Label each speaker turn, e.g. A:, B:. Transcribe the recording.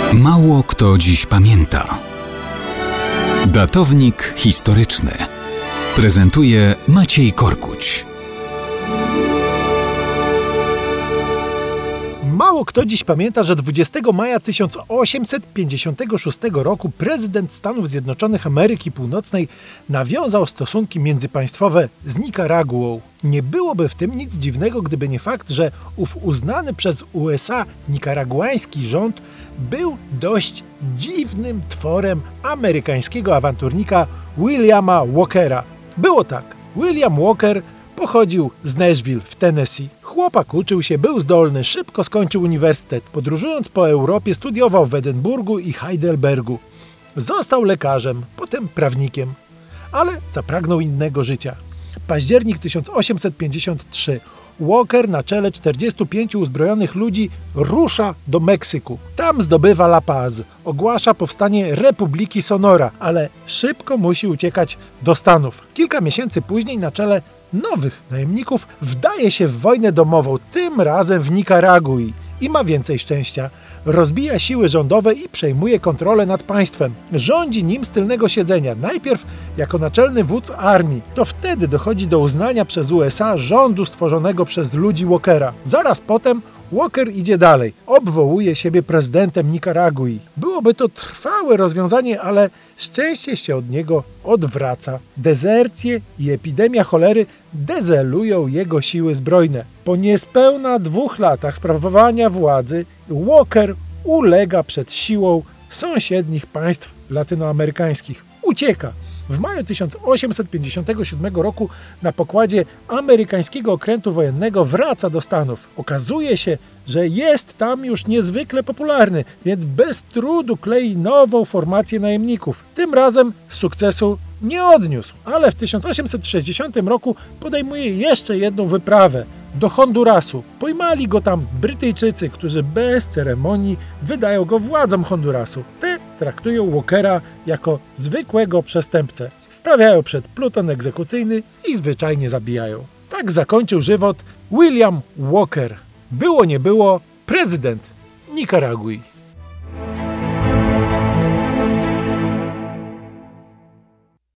A: Mało kto dziś pamięta. Datownik historyczny prezentuje Maciej Korkuć.
B: Mało kto dziś pamięta, że 20 maja 1856 roku prezydent Stanów Zjednoczonych Ameryki Północnej nawiązał stosunki międzypaństwowe z Nikaraguą. Nie byłoby w tym nic dziwnego, gdyby nie fakt, że ów uznany przez USA nikaraguański rząd był dość dziwnym tworem amerykańskiego awanturnika Williama Walkera. Było tak. William Walker pochodził z Nashville w Tennessee. Chłopak uczył się, był zdolny, szybko skończył uniwersytet. Podróżując po Europie studiował w Edynburgu i Heidelbergu. Został lekarzem, potem prawnikiem, ale zapragnął innego życia. Październik 1853. Walker na czele 45 uzbrojonych ludzi rusza do Meksyku. Tam zdobywa La Paz, ogłasza powstanie Republiki Sonora, ale szybko musi uciekać do Stanów. Kilka miesięcy później na czele nowych najemników wdaje się w wojnę domową, tym razem w Nikaragui i ma więcej szczęścia. Rozbija siły rządowe i przejmuje kontrolę nad państwem. Rządzi nim z tylnego siedzenia, najpierw jako naczelny wódz armii. To wtedy dochodzi do uznania przez USA rządu stworzonego przez ludzi Walkera. Zaraz potem Walker idzie dalej. Obwołuje siebie prezydentem Nikaragui. Byłoby to trwałe rozwiązanie, ale szczęście się od niego odwraca. Dezercje i epidemia cholery dezelują jego siły zbrojne. Po niespełna 2 latach sprawowania władzy Walker ulega przed siłą sąsiednich państw latynoamerykańskich. Ucieka. W maju 1857 roku na pokładzie amerykańskiego okrętu wojennego wraca do Stanów. Okazuje się, że jest tam już niezwykle popularny, więc bez trudu klei nową formację najemników. Tym razem sukcesu nie odniósł, ale w 1860 roku podejmuje jeszcze jedną wyprawę do Hondurasu. Pojmali go tam Brytyjczycy, którzy bez ceremonii wydają go władzom Hondurasu. Te traktują Walkera jako zwykłego przestępcę. Stawiają przed pluton egzekucyjny i zwyczajnie zabijają. Tak zakończył żywot William Walker. Było nie było, prezydent Nikaragui.